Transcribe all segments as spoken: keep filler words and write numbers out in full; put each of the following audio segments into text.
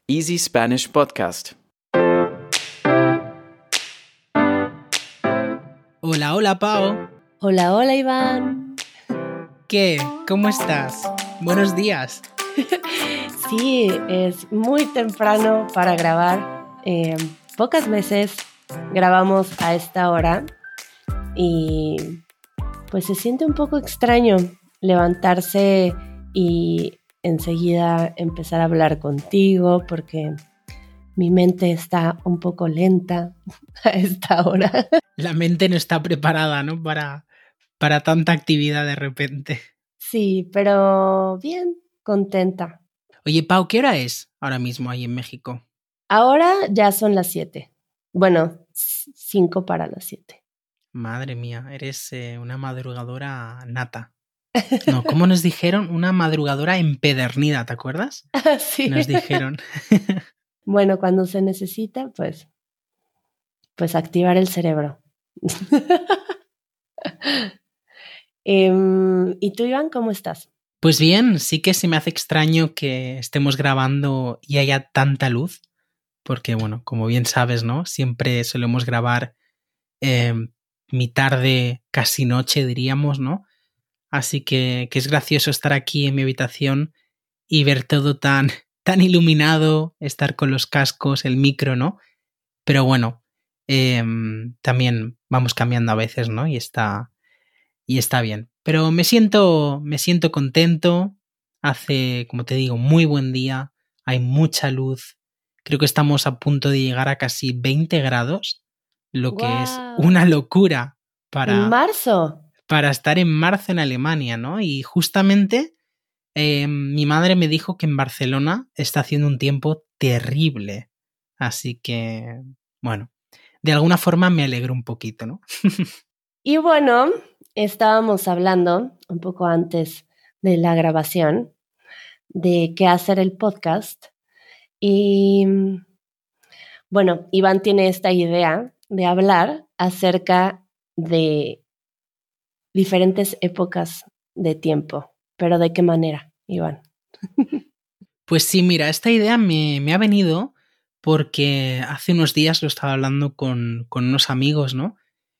Easy Spanish Podcast. Hola, hola, Pao. Hola, hola, Iván. ¿Qué? ¿Cómo estás? Buenos días. Sí, es muy temprano para grabar. Eh, pocas veces grabamos a esta hora y pues se siente un poco extraño levantarse y enseguida empezar a hablar contigo porque mi mente está un poco lenta a esta hora. La mente no está preparada, ¿no? Para, para tanta actividad de repente. Sí, pero bien, contenta. Oye, Pau, ¿qué hora es ahora mismo ahí en México? Ahora ya son las siete. Bueno, cinco para las siete. Madre mía, eres eh, una madrugadora nata. No, ¿cómo nos dijeron? Una madrugadora empedernida, ¿te acuerdas? Sí. Nos dijeron. Bueno, cuando se necesita, pues, pues activar el cerebro. um, ¿Y tú, Iván, cómo estás? Pues bien, sí que se me hace extraño que estemos grabando y haya tanta luz, porque bueno, como bien sabes, ¿no? Siempre solemos grabar eh, mi tarde, casi noche, diríamos, ¿no? Así que, que es gracioso estar aquí en mi habitación y ver todo tan, tan iluminado, estar con los cascos, el micro, ¿no? Pero bueno, eh, también vamos cambiando a veces, ¿no? Y está, y está bien. Pero me siento, me siento contento. Hace, como te digo, muy buen día. Hay mucha luz. Creo que estamos a punto de llegar a casi veinte grados, lo que ¡Guau! es una locura para, ¿En marzo? para estar en marzo en Alemania, ¿no? Y justamente eh, mi madre me dijo que en Barcelona está haciendo un tiempo terrible. Así que, bueno, de alguna forma me alegro un poquito, ¿no? Y bueno, estábamos hablando un poco antes de la grabación de qué hacer el podcast. Y bueno, Iván tiene esta idea de hablar acerca de diferentes épocas de tiempo. ¿Pero de qué manera, Iván? Pues sí, mira, esta idea me, me ha venido porque hace unos días lo estaba hablando con, con unos amigos, ¿no?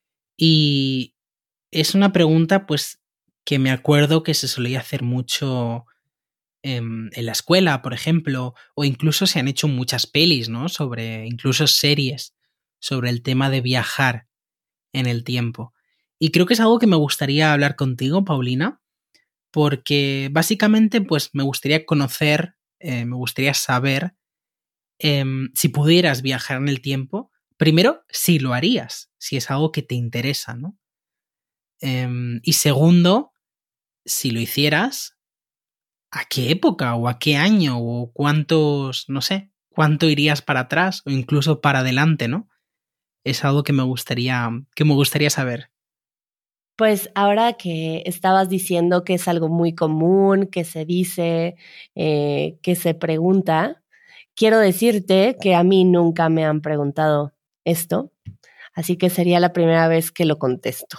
Y es una pregunta, pues, que me acuerdo que se solía hacer mucho en, en la escuela, por ejemplo, o incluso se han hecho muchas pelis, ¿no? Sobre, incluso series, sobre el tema de viajar en el tiempo. Y creo que es algo que me gustaría hablar contigo, Paulina, porque básicamente, pues, me gustaría conocer, eh, me gustaría saber eh, si pudieras viajar en el tiempo, primero, si lo harías, si es algo que te interesa, ¿no? Eh, y segundo, si lo hicieras, ¿a qué época o a qué año o cuántos, no sé, cuánto irías para atrás o incluso para adelante, ¿no? Es algo que me gustaría, que me gustaría saber. Pues ahora que estabas diciendo que es algo muy común, que se dice, eh, que se pregunta, quiero decirte que a mí nunca me han preguntado esto, así que sería la primera vez que lo contesto.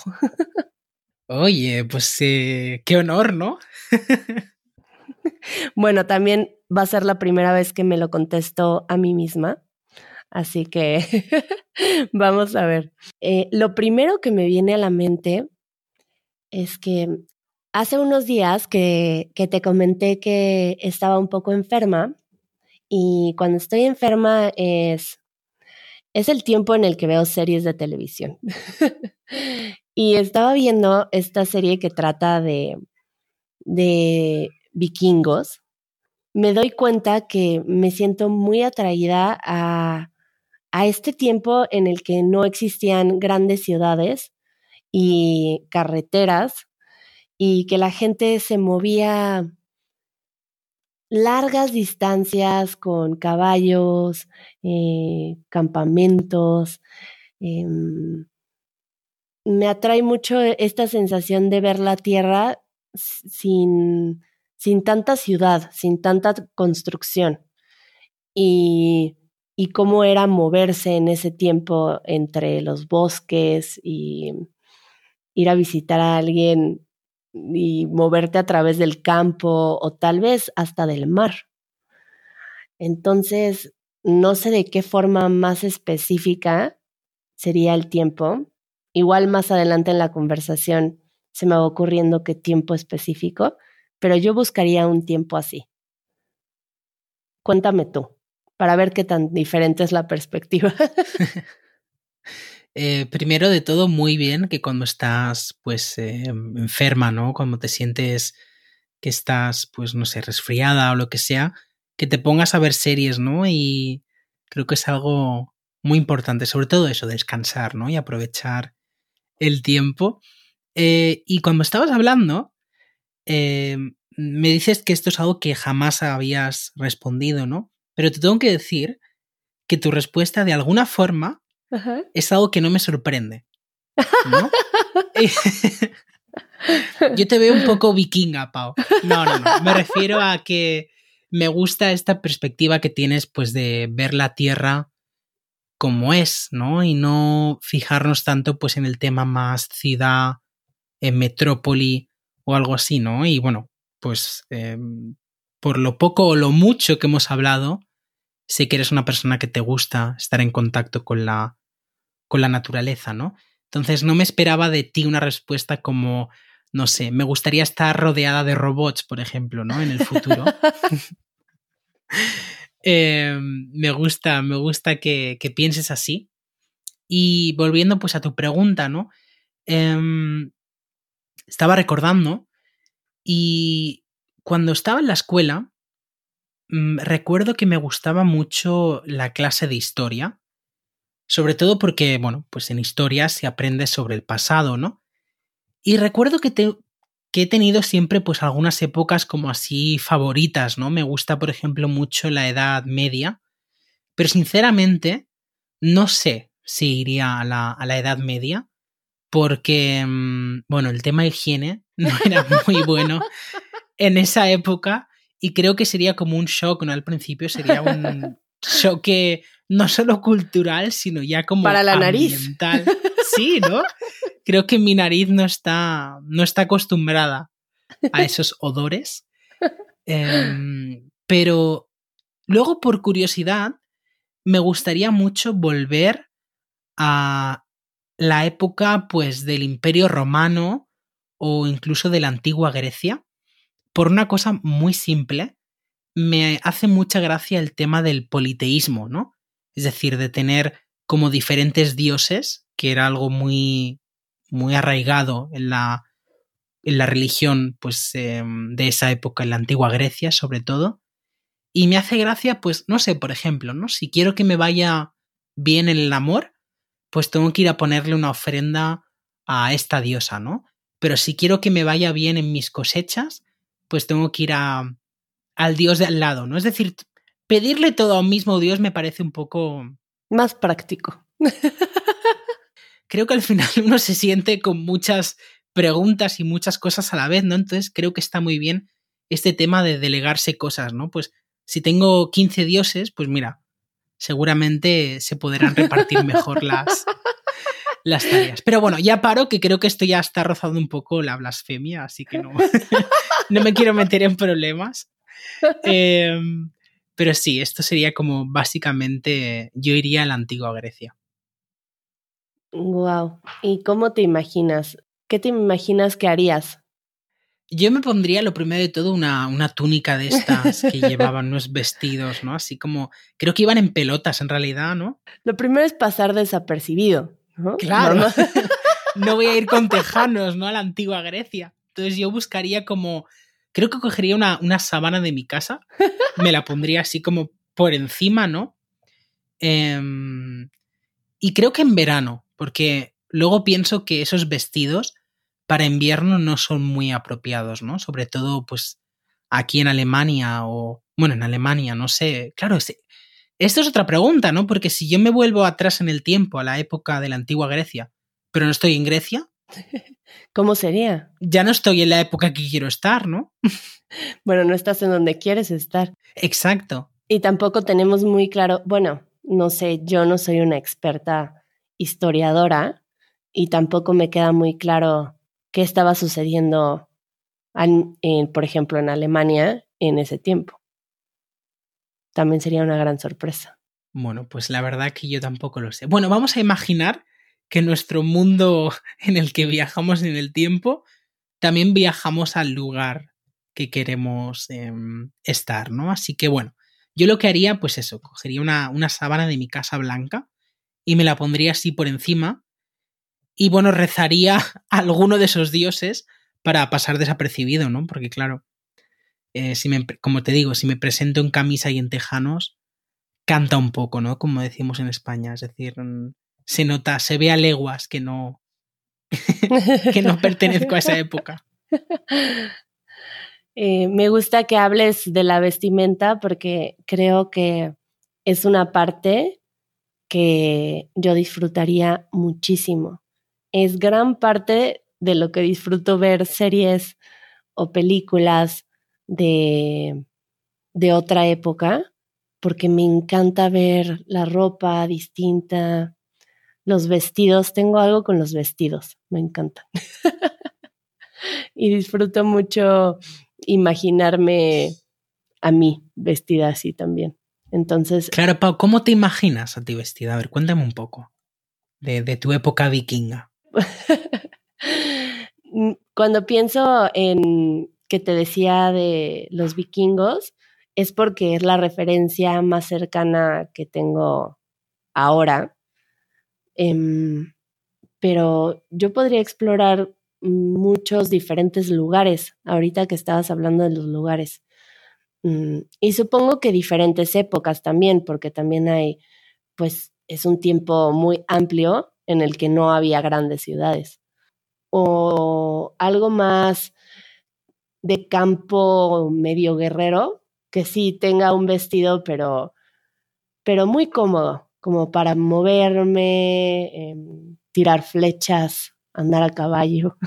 Oye, pues eh, qué honor, ¿no? Bueno, también va a ser la primera vez que me lo contesto a mí misma, así que vamos a ver. Eh, lo primero que me viene a la mente es que hace unos días que, que te comenté que estaba un poco enferma y cuando estoy enferma es, es el tiempo en el que veo series de televisión. Y estaba viendo esta serie que trata de, de vikingos. Me doy cuenta que me siento muy atraída a, a este tiempo en el que no existían grandes ciudades y carreteras y que la gente se movía largas distancias con caballos, eh, campamentos. Eh, me atrae mucho esta sensación de ver la tierra sin, sin tanta ciudad, sin tanta construcción. Y, y cómo era moverse en ese tiempo entre los bosques y ir a visitar a alguien y moverte a través del campo o tal vez hasta del mar. Entonces, no sé de qué forma más específica sería el tiempo. Igual más adelante en la conversación se me va ocurriendo qué tiempo específico, pero yo buscaría un tiempo así. Cuéntame tú, para ver qué tan diferente es la perspectiva. eh, primero de todo, muy bien que cuando estás pues eh, enferma, ¿no? Cuando te sientes que estás, pues no sé, resfriada o lo que sea, que te pongas a ver series, ¿no? Y creo que es algo muy importante, sobre todo eso, descansar, ¿no? Y aprovechar el tiempo. Eh, y cuando estabas hablando, eh, me dices que esto es algo que jamás habías respondido, ¿no? Pero te tengo que decir que tu respuesta de alguna forma Ajá. es algo que no me sorprende, ¿no? Yo te veo un poco vikinga, Pau. No, no, no. Me refiero a que me gusta esta perspectiva que tienes, pues, de ver la Tierra como es, ¿no? Y no fijarnos tanto, pues, en el tema más ciudad, en metrópoli o algo así, ¿no? Y bueno, pues, eh, por lo poco o lo mucho que hemos hablado, sé que eres una persona que te gusta estar en contacto con la, con la naturaleza, ¿no? Entonces no me esperaba de ti una respuesta como, no sé, me gustaría estar rodeada de robots, por ejemplo, ¿no? En el futuro. eh, me gusta, me gusta que, que pienses así. Y volviendo pues a tu pregunta, ¿no? Eh, estaba recordando y cuando estaba en la escuela, mmm, recuerdo que me gustaba mucho la clase de historia. Sobre todo porque, bueno, pues en historia se aprende sobre el pasado, ¿no? Y recuerdo que, te, que he tenido siempre pues algunas épocas como así favoritas, ¿no? Me gusta, por ejemplo, mucho la Edad Media, pero sinceramente no sé si iría a la, a la Edad Media porque, bueno, el tema de higiene no era muy bueno en esa época y creo que sería como un shock, ¿no? Al principio sería un choque no solo cultural, sino ya como para la ambiental. Nariz. Sí, ¿no? Creo que mi nariz no está, no está acostumbrada a esos odores. Eh, pero luego, por curiosidad, me gustaría mucho volver a la época, pues, del Imperio Romano o incluso de la antigua Grecia, por una cosa muy simple. Me hace mucha gracia el tema del politeísmo, ¿no? Es decir, de tener como diferentes dioses, que era algo muy, muy arraigado en la, en la religión, pues, eh, de esa época, en la antigua Grecia, sobre todo. Y me hace gracia, pues, no sé, por ejemplo, ¿no? Si quiero que me vaya bien en el amor, pues tengo que ir a ponerle una ofrenda a esta diosa, ¿no? Pero si quiero que me vaya bien en mis cosechas, pues tengo que ir a, al dios de al lado, ¿no? Es decir, pedirle todo a un mismo dios me parece un poco... Más práctico. Creo que al final uno se siente con muchas preguntas y muchas cosas a la vez, ¿no? Entonces creo que está muy bien este tema de delegarse cosas, ¿no? Pues si tengo quince dioses, pues mira, seguramente se podrán repartir mejor las, las tareas. Pero bueno, ya paro, que creo que esto ya está rozando un poco la blasfemia, así que no, no me quiero meter en problemas. Eh, pero sí, esto sería como básicamente, yo iría a la antigua Grecia. Wow. ¿Y cómo te imaginas? ¿Qué te imaginas que harías? Yo me pondría lo primero de todo una, una túnica de estas que llevaban unos vestidos, ¿no? Así como, creo que iban en pelotas en realidad, ¿no? Lo primero es pasar desapercibido, ¿no? Claro. Mamá. No voy a ir con tejanos, ¿no? A la antigua Grecia. Entonces yo buscaría como, creo que cogería una, una sábana de mi casa, me la pondría así como por encima, ¿no? Eh, y creo que en verano, porque luego pienso que esos vestidos para invierno no son muy apropiados, ¿no? Sobre todo, pues, aquí en Alemania o, bueno, en Alemania, no sé. Claro, esto es otra pregunta, ¿no? Porque si yo me vuelvo atrás en el tiempo, a la época de la antigua Grecia, pero no estoy en Grecia, ¿Cómo sería? ya no estoy en la época que quiero estar, ¿no? Bueno, no estás en donde quieres estar. Exacto. Y tampoco tenemos muy claro, bueno, no sé, yo no soy una experta historiadora y tampoco me queda muy claro qué estaba sucediendo, en, en, por ejemplo, en Alemania en ese tiempo. también sería una gran sorpresa. Bueno, pues la verdad que yo tampoco lo sé. Bueno, vamos a imaginar que nuestro mundo en el que viajamos en el tiempo, también viajamos al lugar que queremos eh, estar, ¿no? Así que bueno, yo lo que haría, pues eso, cogería una, una sábana de mi Casa Blanca y me la pondría así por encima y bueno, rezaría a alguno de esos dioses para pasar desapercibido, ¿no? Porque claro, eh, si me, como te digo, si me presento en camisa y en tejanos, canta un poco, ¿no? Como decimos en España, es decir, se nota, se ve a leguas que no, que no pertenezco a esa época. Eh, me gusta que hables de la vestimenta porque creo que es una parte que yo disfrutaría muchísimo. Es gran parte de lo que disfruto ver series o películas de, de otra época, porque me encanta ver la ropa distinta, los vestidos. Tengo algo con los vestidos, me encantan. Y disfruto mucho imaginarme a mí vestida así también. Entonces. Claro, Pau, ¿cómo te imaginas a ti vestida? A ver, cuéntame un poco de, de tu época vikinga. Cuando pienso en que te decía de los vikingos, es porque es la referencia más cercana que tengo ahora. Um, pero yo podría explorar muchos diferentes lugares, ahorita que estabas hablando de los lugares. Um, y supongo que diferentes épocas también, porque también hay, pues es un tiempo muy amplio en el que no había grandes ciudades. O algo más de campo medio guerrero, que sí tenga un vestido, pero, pero muy cómodo, como para moverme, eh, tirar flechas, andar a caballo.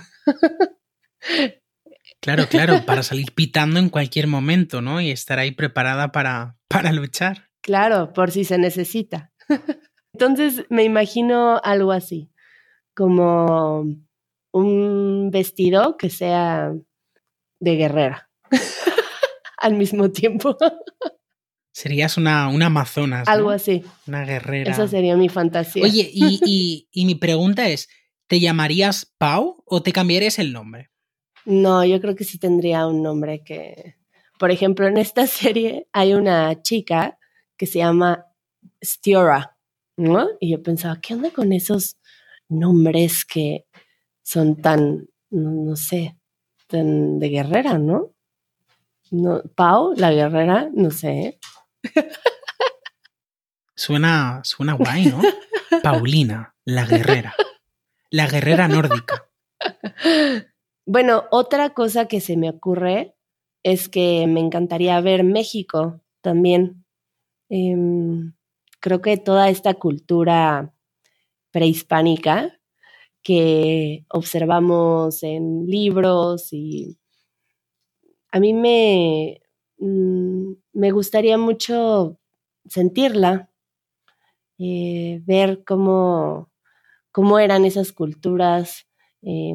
Claro, claro, para salir pitando en cualquier momento, ¿no? Y estar ahí preparada para, para luchar. Claro, por si se necesita. Entonces me imagino algo así, como un vestido que sea de guerrera al mismo tiempo. Serías una, una amazonas, ¿no? Algo así. Una guerrera. Esa sería mi fantasía. Oye, y, y, y mi pregunta es, ¿te llamarías Pau o te cambiarías el nombre? No, yo creo que sí tendría un nombre que... Por ejemplo, en esta serie hay una chica que se llama Stiora, ¿no? Y yo pensaba, ¿qué onda con esos nombres que son tan, no, no sé, tan de guerrera, ¿no? No, Pau, la guerrera, no sé. Suena, suena guay, ¿no? Paulina, la guerrera. La guerrera nórdica. Bueno, otra cosa que se me ocurre es que me encantaría ver México también. Eh, creo que toda esta cultura prehispánica que observamos en libros y a mí me, me gustaría mucho sentirla, eh, ver cómo, cómo eran esas culturas, eh,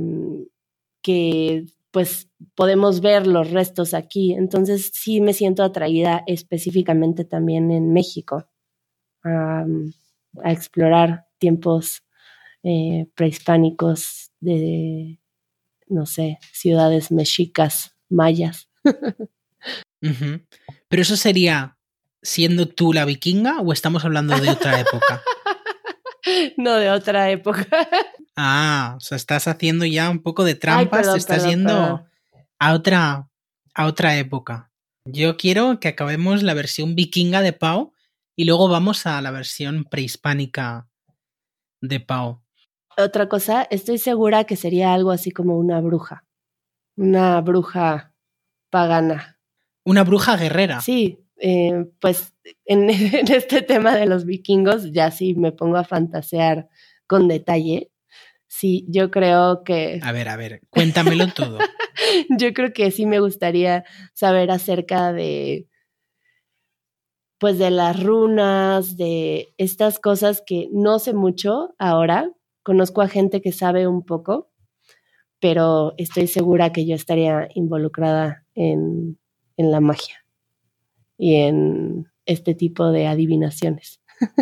que pues podemos ver los restos aquí. Entonces sí me siento atraída específicamente también en México a, a explorar tiempos eh, prehispánicos de, no sé, ciudades mexicas, mayas. Uh-huh. Pero eso sería siendo tú la vikinga o estamos hablando de otra época? No, de otra época. Ah, o sea, estás haciendo ya un poco de trampas, Ay, perdón, te estás perdón, yendo perdón. a otra, a otra época. Yo quiero que acabemos la versión vikinga de Pau y luego vamos a la versión prehispánica de Pau. Otra cosa, estoy segura que sería algo así como una bruja. Una bruja pagana. Una bruja guerrera. Sí, eh, pues en, en este tema de los vikingos ya sí me pongo a fantasear con detalle. Sí, yo creo que... A ver, a ver, cuéntamelo todo. Yo creo que sí me gustaría saber acerca de, pues de las runas, de estas cosas que no sé mucho ahora. Conozco a gente que sabe un poco, pero estoy segura que yo estaría involucrada en, en la magia y en este tipo de adivinaciones.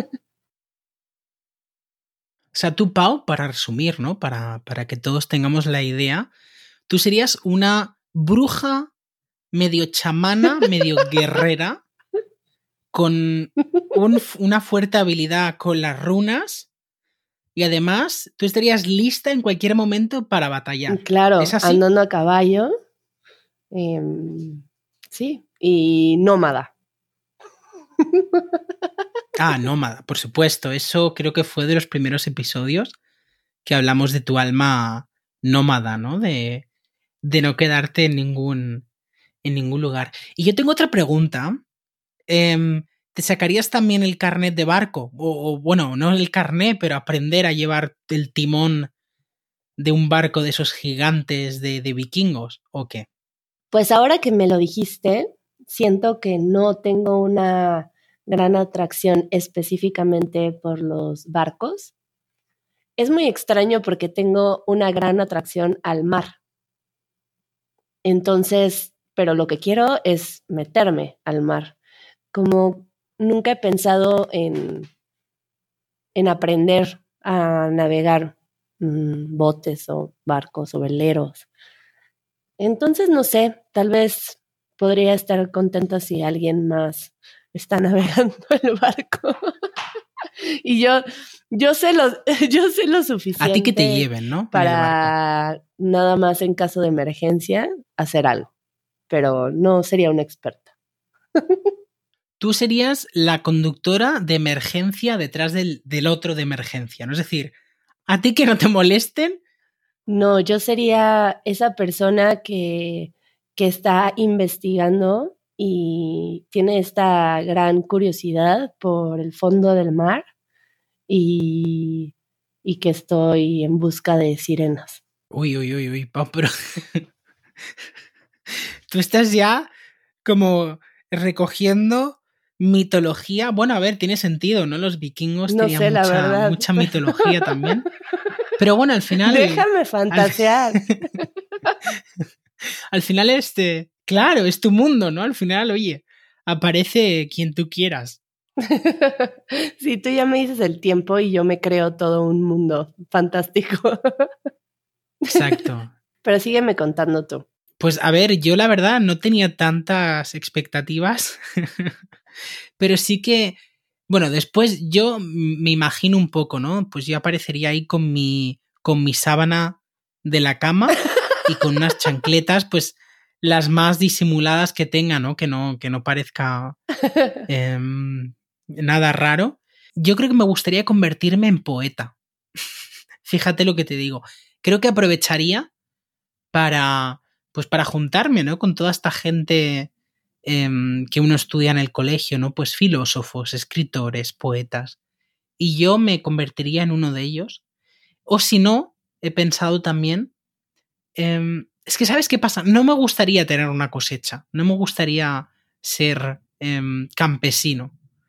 O sea, tú, Pau, para resumir, ¿no? Para, para que todos tengamos la idea, tú serías una bruja medio chamana, medio guerrera, con un, una fuerte habilidad con las runas y además tú estarías lista en cualquier momento para batallar. Claro, ¿Es así? andando a caballo, eh, sí, y nómada. Ah, nómada, por supuesto. Eso creo que fue de los primeros episodios que hablamos de tu alma nómada, ¿no? De, de no quedarte en ningún, en ningún lugar. Y yo tengo otra pregunta. Eh, ¿Te sacarías también el carnet de barco? O, o bueno, no el carnet, pero aprender a llevar el timón de un barco de esos gigantes de, de vikingos, ¿o qué? Pues ahora que me lo dijiste, siento que no tengo una gran atracción específicamente por los barcos. Es muy extraño porque tengo una gran atracción al mar. Entonces, pero lo que quiero es meterme al mar. Como nunca he pensado en, en aprender a navegar mmm, botes o barcos o veleros. Entonces, no sé, tal vez podría estar contenta si alguien más está navegando el barco. Y yo, yo sé lo, yo sé lo suficiente. A ti que te lleven, ¿no? Para nada más en caso de emergencia hacer algo. Pero no sería una experta. Tú serías la conductora de emergencia detrás del, del otro de emergencia, ¿no? Es decir, a ti que no te molesten. No, yo sería esa persona que, que está investigando y tiene esta gran curiosidad por el fondo del mar y, y que estoy en busca de sirenas. Uy, uy, uy, uy, Pau, pero tú estás ya como recogiendo mitología. Bueno, a ver, tiene sentido, ¿no? Los vikingos no tenían sé, mucha, la verdad. mucha mitología también. Pero bueno, al final... Déjame fantasear. Al, al final este... Claro, es tu mundo, ¿no? Al final, oye, aparece quien tú quieras. Sí, tú ya me dices el tiempo y yo me creo todo un mundo fantástico. Exacto. Pero sígueme contando tú. Pues a ver, yo la verdad no tenía tantas expectativas, pero sí que, bueno, después yo me imagino un poco, ¿no? Pues yo aparecería ahí con mi, con mi sábana de la cama y con unas chancletas, pues las más disimuladas que tenga, ¿no? Que no, que no parezca eh, nada raro. Yo creo que me gustaría convertirme en poeta. Fíjate lo que te digo. Creo que aprovecharía para... pues para juntarme, ¿no? Con toda esta gente eh, que uno estudia en el colegio, ¿no? Pues filósofos, escritores, poetas. Y yo me convertiría en uno de ellos. O si no, he pensado también... Eh, es que, ¿sabes qué pasa? No me gustaría tener una cosecha. No me gustaría ser eh, campesino.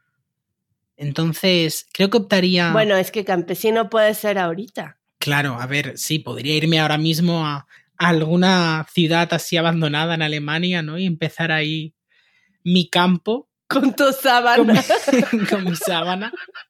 Entonces, creo que optaría... Bueno, es que campesino puede ser ahorita. Claro, a ver, sí, podría irme ahora mismo a... a alguna ciudad así abandonada en Alemania, ¿no? Y empezar ahí mi campo. Con tu sábana. Con mi, con mi sábana.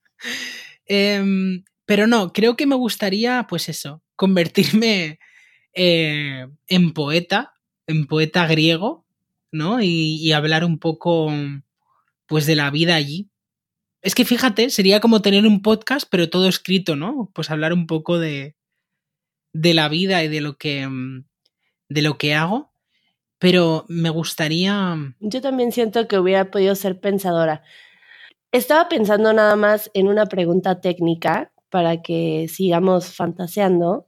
Eh, pero no, creo que me gustaría, pues eso, convertirme eh, en poeta, en poeta griego, ¿no? Y, y hablar un poco, pues, de la vida allí. Es que fíjate, sería como tener un podcast, pero todo escrito, ¿no? Pues hablar un poco de, de la vida y de lo que... de lo que hago, pero me gustaría... Yo también siento que hubiera podido ser pensadora. Estaba pensando nada más en una pregunta técnica para que sigamos fantaseando.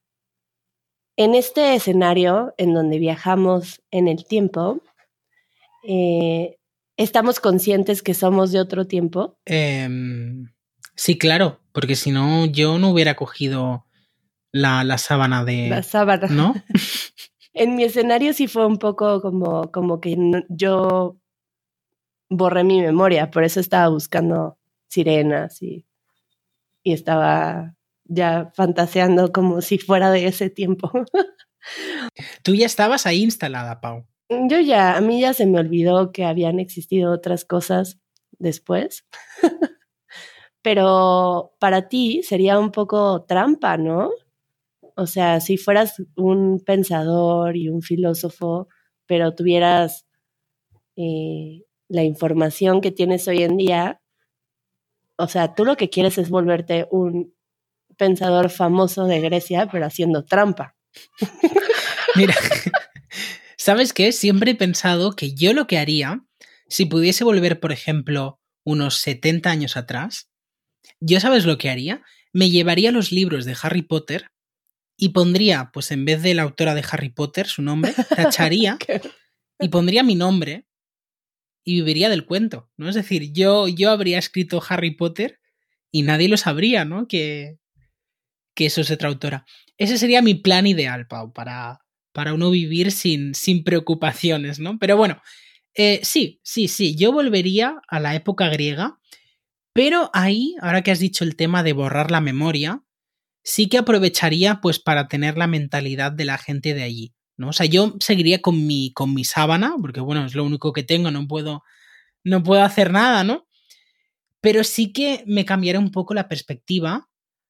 En este escenario en donde viajamos en el tiempo, eh, ¿estamos conscientes que somos de otro tiempo? Eh, sí, claro, porque si no yo no hubiera cogido la, la sábana de... La sábana. ¿No? En mi escenario sí fue un poco como, como que no, yo borré mi memoria, por eso estaba buscando sirenas y, y estaba ya fantaseando como si fuera de ese tiempo. Tú ya estabas ahí instalada, Pau. Yo ya, a mí ya se me olvidó que habían existido otras cosas después. Pero para ti sería un poco trampa, ¿no? O sea, si fueras un pensador y un filósofo, pero tuvieras eh, la información que tienes hoy en día, o sea, tú lo que quieres es volverte un pensador famoso de Grecia, pero haciendo trampa. Mira, ¿sabes qué? Siempre he pensado que yo lo que haría, si pudiese volver, por ejemplo, unos setenta años atrás, yo ¿sabes lo que haría? Me llevaría los libros de Harry Potter y pondría, pues en vez de la autora de Harry Potter, su nombre, tacharía y pondría mi nombre y viviría del cuento, ¿no? Es decir, yo, yo habría escrito Harry Potter y nadie lo sabría, ¿no? Que, que eso es otra autora. Ese sería mi plan ideal, Pau, para, para uno vivir sin, sin preocupaciones, ¿no? Pero bueno, eh, sí, sí, sí, yo volvería a la época griega, pero ahí, ahora que has dicho el tema de borrar la memoria, sí que aprovecharía pues para tener la mentalidad de la gente de allí, ¿no? O sea, yo seguiría con mi, con mi sábana, porque bueno, es lo único que tengo, no puedo, no puedo hacer nada, ¿no? Pero sí que me cambiaría un poco la perspectiva.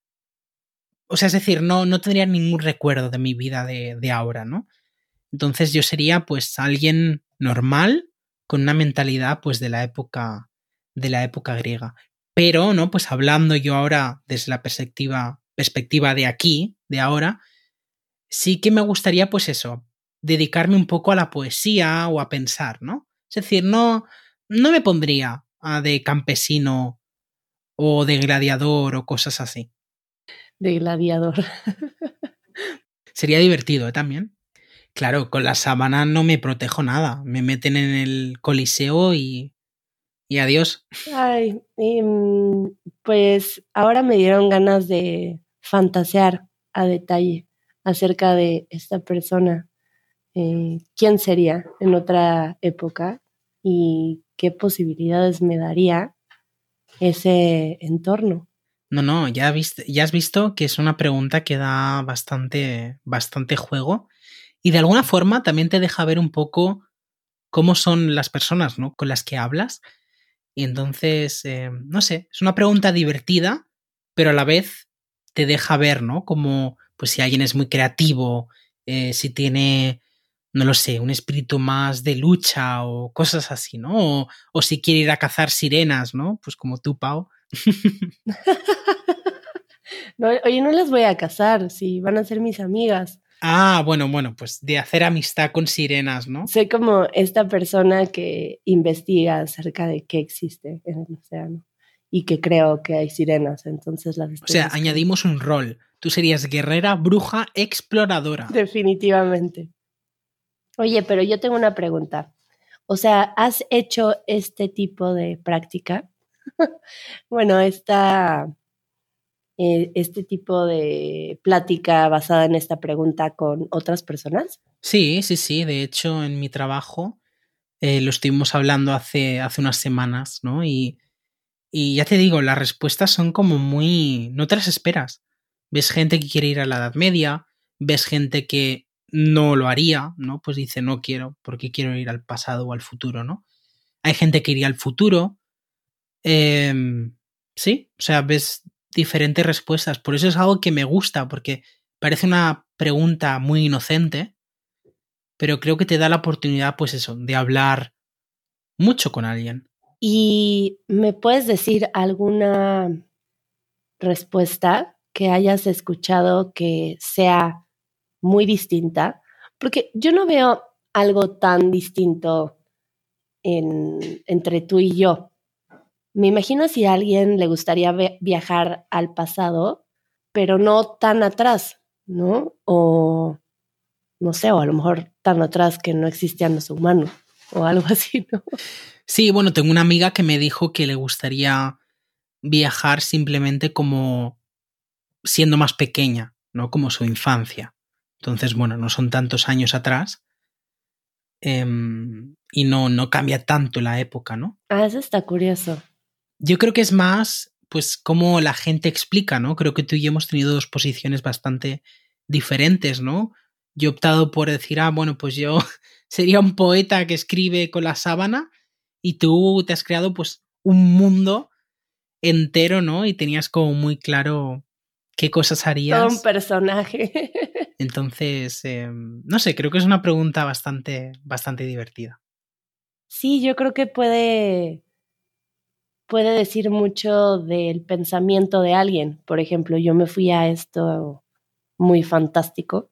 O sea, es decir, no, no tendría ningún recuerdo de mi vida de, de ahora, ¿no? Entonces yo sería pues alguien normal con una mentalidad pues de la época de la época griega. Pero, ¿no? Pues hablando yo ahora desde la perspectiva perspectiva de aquí, de ahora, sí que me gustaría pues eso, dedicarme un poco a la poesía o a pensar, ¿no? Es decir, no no me pondría a de campesino o de gladiador o cosas así. De gladiador. Sería divertido, ¿eh? También. Claro, con la sábana no me protejo nada. Me meten en el coliseo y, y adiós. Ay, um, pues ahora me dieron ganas de fantasear a detalle acerca de esta persona. Eh, ¿Quién sería en otra época? ¿Y qué posibilidades me daría ese entorno? No, no, ya, viste, ya has visto que es una pregunta que da bastante, bastante juego. Y de alguna forma también te deja ver un poco cómo son las personas, ¿no? Con las que hablas. Y entonces, eh, no sé, es una pregunta divertida, pero a la vez te deja ver, ¿no? Como, pues si alguien es muy creativo, eh, si tiene, no lo sé, un espíritu más de lucha o cosas así, ¿no? O, o si quiere ir a cazar sirenas, ¿no? Pues como tú, Pau. No, oye, no las voy a casar, si van a ser mis amigas. Ah, bueno, bueno, pues de hacer amistad con sirenas, ¿no? Soy como esta persona que investiga acerca de qué existe en el océano y que creo que hay sirenas, entonces las estoy O sea, buscando. añadimos un rol. Tú serías guerrera, bruja, exploradora. Definitivamente. Oye, pero yo tengo una pregunta. O sea, ¿has hecho este tipo de práctica? Bueno, esta... este tipo de plática basada en esta pregunta con otras personas? Sí, sí, sí. De hecho, en mi trabajo eh, lo estuvimos hablando hace, hace unas semanas, ¿no? Y, y ya te digo, las respuestas son como muy... No te las esperas. Ves gente que quiere ir a la Edad Media, ves gente que no lo haría, ¿no? Pues dice, no quiero, porque quiero ir al pasado o al futuro, ¿no? Hay gente que iría al futuro. Eh, sí, o sea, ves diferentes respuestas. Por eso es algo que me gusta, porque parece una pregunta muy inocente, pero creo que te da la oportunidad, pues eso, de hablar mucho con alguien. ¿Y me puedes decir alguna respuesta que hayas escuchado que sea muy distinta? Porque yo no veo algo tan distinto en, entre tú y yo. Me imagino si a alguien le gustaría viajar al pasado, pero no tan atrás, ¿no? O no sé, o a lo mejor tan atrás que no existían los humanos o algo así, ¿no? Sí, bueno, tengo una amiga que me dijo que le gustaría viajar simplemente como siendo más pequeña, ¿no? Como su infancia. Entonces, bueno, no son tantos años atrás eh, y no, no cambia tanto la época, ¿no? Ah, eso está curioso. Yo creo que es más, pues, cómo la gente explica, ¿no? Creo que tú y yo hemos tenido dos posiciones bastante diferentes, ¿no? Yo he optado por decir, ah, bueno, pues yo sería un poeta que escribe con la sábana y tú te has creado, pues, un mundo entero, ¿no? Y tenías como muy claro qué cosas harías. Todo un personaje. Entonces, eh, no sé, creo que es una pregunta bastante, bastante divertida. Sí, yo creo que puede, puede decir mucho del pensamiento de alguien. Por ejemplo, yo me fui a esto muy fantástico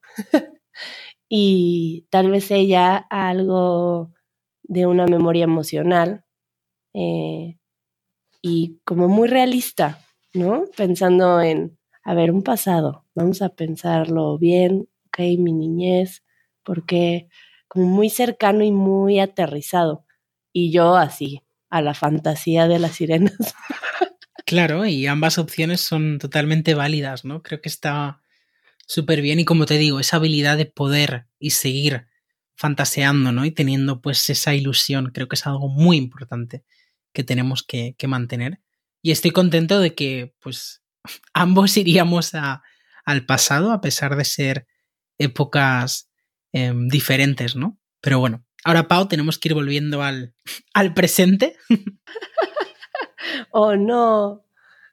y tal vez ella a algo de una memoria emocional eh, y como muy realista, ¿no? Pensando en, a ver, un pasado, vamos a pensarlo bien, ok, mi niñez, porque como muy cercano y muy aterrizado. Y yo así, a la fantasía de las sirenas. Claro, y ambas opciones son totalmente válidas, ¿no? Creo que está súper bien y como te digo, esa habilidad de poder y seguir fantaseando, ¿no? Y teniendo pues esa ilusión, creo que es algo muy importante que tenemos que, que mantener. Y estoy contento de que pues ambos iríamos a, al pasado a pesar de ser épocas eh, diferentes, ¿no? Pero bueno, ahora Pau, tenemos que ir volviendo al, al presente. Oh, no.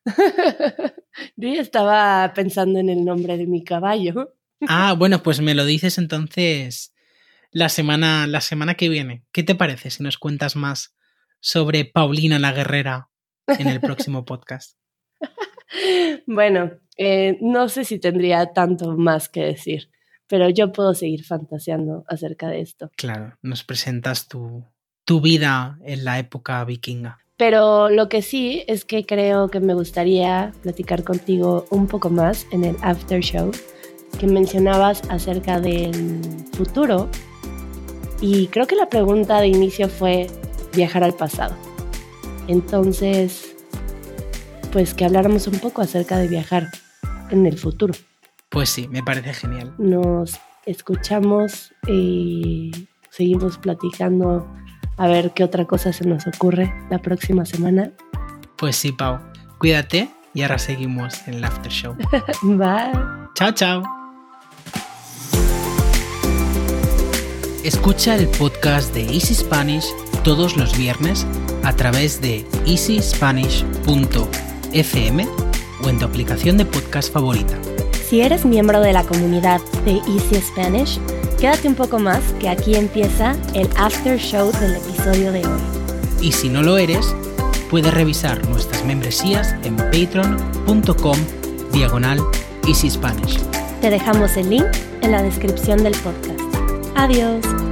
Yo ya estaba pensando en el nombre de mi caballo. Ah, bueno, pues me lo dices entonces la semana, la semana que viene. ¿Qué te parece si nos cuentas más sobre Paulina la Guerrera en el próximo podcast? Bueno, eh, no sé si tendría tanto más que decir, pero yo puedo seguir fantaseando acerca de esto. Claro, nos presentas tu, tu vida en la época vikinga. Pero lo que sí es que creo que me gustaría platicar contigo un poco más en el after show, que mencionabas acerca del futuro. Y creo que la pregunta de inicio fue viajar al pasado. Entonces, pues que habláramos un poco acerca de viajar en el futuro. Pues sí, me parece genial. Nos escuchamos y seguimos platicando a ver qué otra cosa se nos ocurre la próxima semana. Pues sí, Pau. Cuídate y ahora seguimos en el after show. Bye. Chao, chao. Escucha el podcast de Easy Spanish todos los viernes a través de easy spanish punto f m o en tu aplicación de podcast favorita. Si eres miembro de la comunidad de Easy Spanish, quédate un poco más que aquí empieza el after show del episodio de hoy. Y si no lo eres, puedes revisar nuestras membresías en patreon punto com diagonal Easy Spanish. Te dejamos el link en la descripción del podcast. Adiós.